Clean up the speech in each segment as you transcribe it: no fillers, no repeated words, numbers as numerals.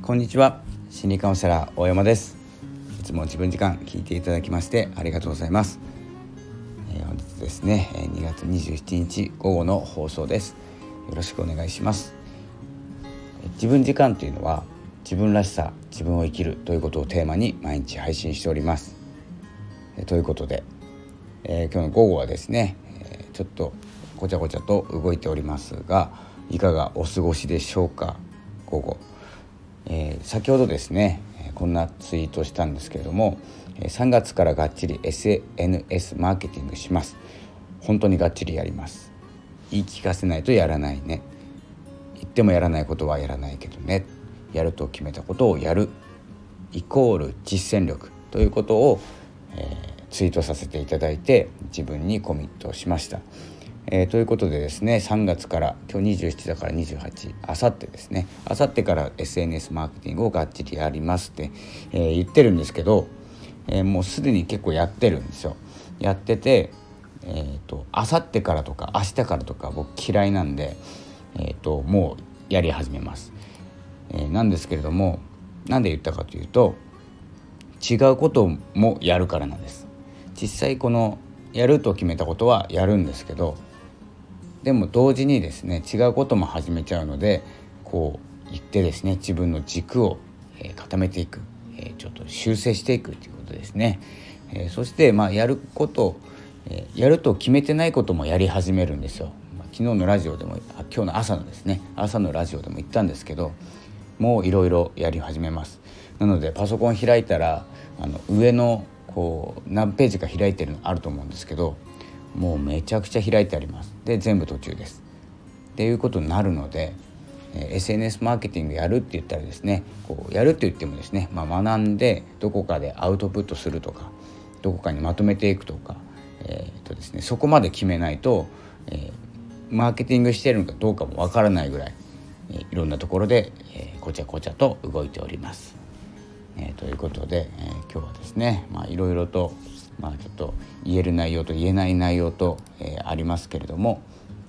こんにちは。心理カウンセラー大山です。いつも自分時間聞いていただきましてありがとうございます。本日ですね2月27日午後の放送です。よろしくお願いします。自分時間というのは自分らしさ、自分を生きるということをテーマに毎日配信しております。ということで、今日の午後はですね、ちょっとごちゃごちゃと動いておりますが、いかがお過ごしでしょうか。午後、先ほどですねこんなツイートしたんですけれども、3月からがっちり SNS マーケティングします。本当にがっちりやります。言い聞かせないとやらないね。言ってもやらないことはやらないけどね。やると決めたことをやるイコール実践力ということを、ツイートさせていただいて自分にコミットしました。ということでですね、3月から今日27だから28、あさってですね、あさってから SNS マーケティングをがっちりやりますって、言ってるんですけど、もうすでに結構やってるんですよ。やってて、あさってからとか明日からとか僕嫌いなんで、もうやり始めます。なんですけれども、なんで言ったかというと、違うこともやるからなんです。実際このやると決めたことはやるんですけど、でも同時にですね違うことも始めちゃうので、こう言ってですね自分の軸を固めていく、ちょっと修正していくということですね。そしてやること、やると決めてないこともやり始めるんですよ。昨日のラジオでも今日の朝のですね朝のラジオでも言ったんですけど、もういろいろやり始めます。なのでパソコン開いたら上のこう何ページか開いてるのあると思うんですけど、もうめちゃくちゃ開いてあります。で全部途中ですっていうことになるので、SNS マーケティングやるって言ったらですね、こうやるって言ってもですね、学んでどこかでアウトプットするとか、どこかにまとめていくとか、ですね、そこまで決めないと、マーケティングしているのかどうかもわからないぐらい、いろんなところで、こちゃこちゃと動いております。ということで、今日はですね、いろいろと、ちょっと言える内容と言えない内容と、ありますけれども、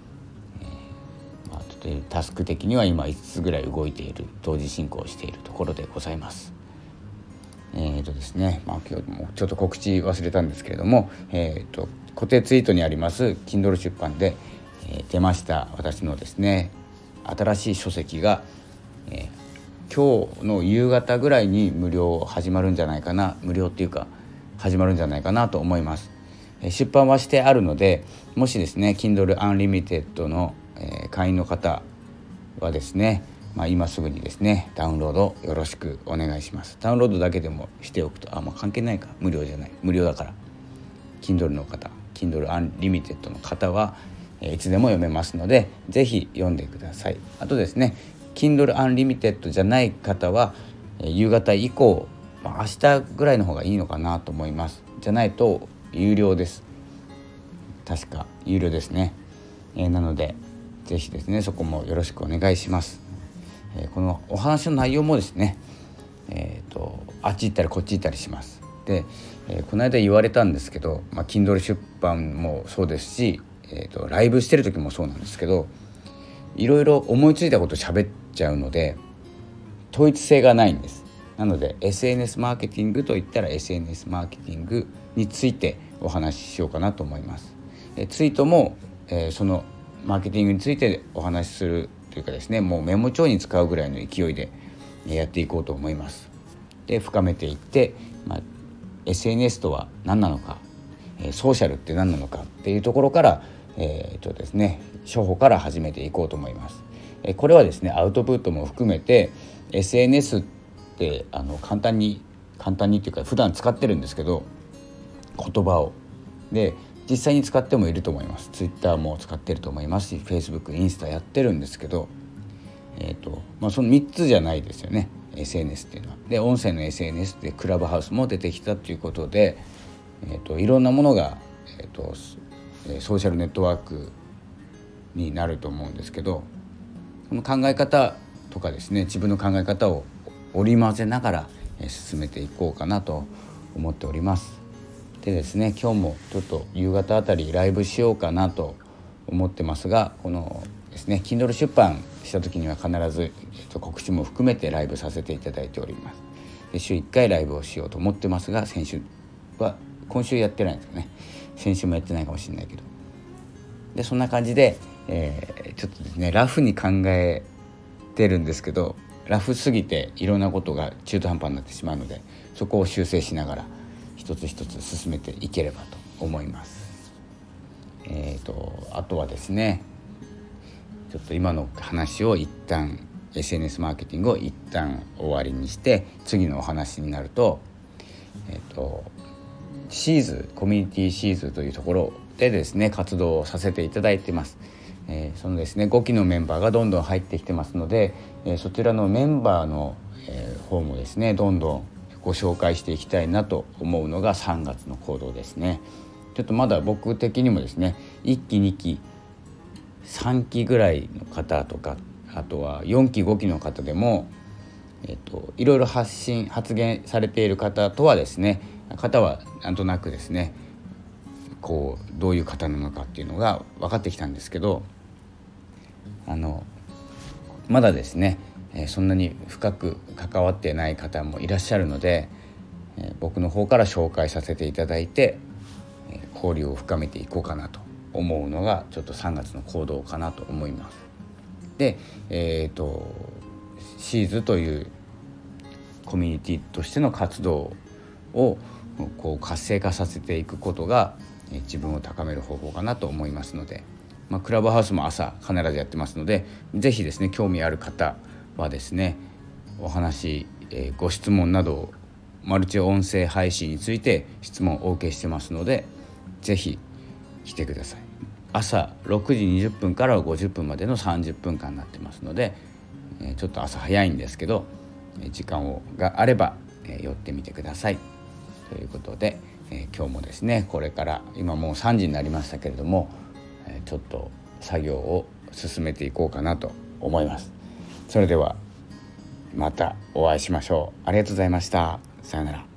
ちょっとタスク的には今5つぐらい動いている、同時進行しているところでございます。ですね、今日もちょっと告知忘れたんですけれども、固定ツイートにあります Kindle 出版で、出ました私のですね新しい書籍が、今日の夕方ぐらいに無料始まるんじゃないかな、無料っていうか始まるんじゃないかなと思います。出版はしてあるので、もしですね Kindle Unlimited の、会員の方はですね、今すぐにですねダウンロードよろしくお願いします。ダウンロードだけでもしておくと、関係ないか、無料じゃない、無料だから Kindle の方、Kindle Unlimited の方はいつでも読めますので、ぜひ読んでください。あとですね Kindle Unlimited じゃない方は、夕方以降、明日ぐらいの方がいいのかなと思います。じゃないと有料です。確か有料ですね。なのでぜひですねそこもよろしくお願いします。このお話の内容もですね、あっち行ったりこっち行ったりします。で、この間言われたんですけど、Kindle 出版もそうですし、ライブしてる時もそうなんですけど、いろいろ思いついたこと喋っちゃうので統一性がないんです。なので SNS マーケティングといったら SNS マーケティングについてお話ししようかなと思います。ツイートも、そのマーケティングについてお話しするというかですね、もうメモ帳に使うぐらいの勢いでやっていこうと思います。で深めていって、SNS とは何なのか、ソーシャルって何なのかっていうところから、ですね初歩から始めていこうと思います。これはですねアウトプットも含めて SNS って簡単にっていうか普段使ってるんですけど、言葉をで実際に使ってもいると思います。 Twitter も使ってると思いますし Facebook、インスタやってるんですけど、その3つじゃないですよね SNS っていうのは。で音声の SNS でクラブハウスも出てきたということで、いろんなものが、ソーシャルネットワークになると思うんですけど、この考え方とかですね自分の考え方を織り交ぜながら進めていこうかなと思っております。でですね今日もちょっと夕方あたりライブしようかなと思ってますが、このですね Kindle 出版した時には必ず、告知も含めてライブさせていただいております。で週1回ライブをしようと思ってますが、今週やってないんですよね。先週もやってないかもしれないけど、でそんな感じで、ちょっとですねラフに考えてるんですけど、ラフすぎていろんなことが中途半端になってしまうので、そこを修正しながら一つ一つ進めていければと思います。あとはですね、ちょっと今の話を一旦 SNS マーケティングを一旦終わりにして、次のお話になると、シーズコミュニティシーズというところでですね活動をさせていただいてます。そのですね5期のメンバーがどんどん入ってきてますので、そちらのメンバーの、方もですねどんどんご紹介していきたいなと思うのが3月の行動ですね。ちょっとまだ僕的にもですね1期2期3期ぐらいの方とか、あとは4期5期の方でも、いろいろ発言されている方はなんとなくですねどういう方なのかっていうのが分かってきたんですけど、まだですね、そんなに深く関わってない方もいらっしゃるので、僕の方から紹介させていただいて、交流を深めていこうかなと思うのがちょっと3月の行動かなと思います。で、シーズというコミュニティとしての活動を活性化させていくことが、自分を高める方法かなと思いますので、クラブハウスも朝必ずやってますので、ぜひですね興味ある方はですねお話、ご質問などマルチ音声配信について質問をお受けしてますので、ぜひ来てください。朝6時20分から50分までの30分間になってますので、ちょっと朝早いんですけど時間があれば、寄ってみてくださいということで、今日もですねこれから今もう3時になりましたけれども、ちょっと作業を進めていこうかなと思います。それではまたお会いしましょう。ありがとうございました。さよなら。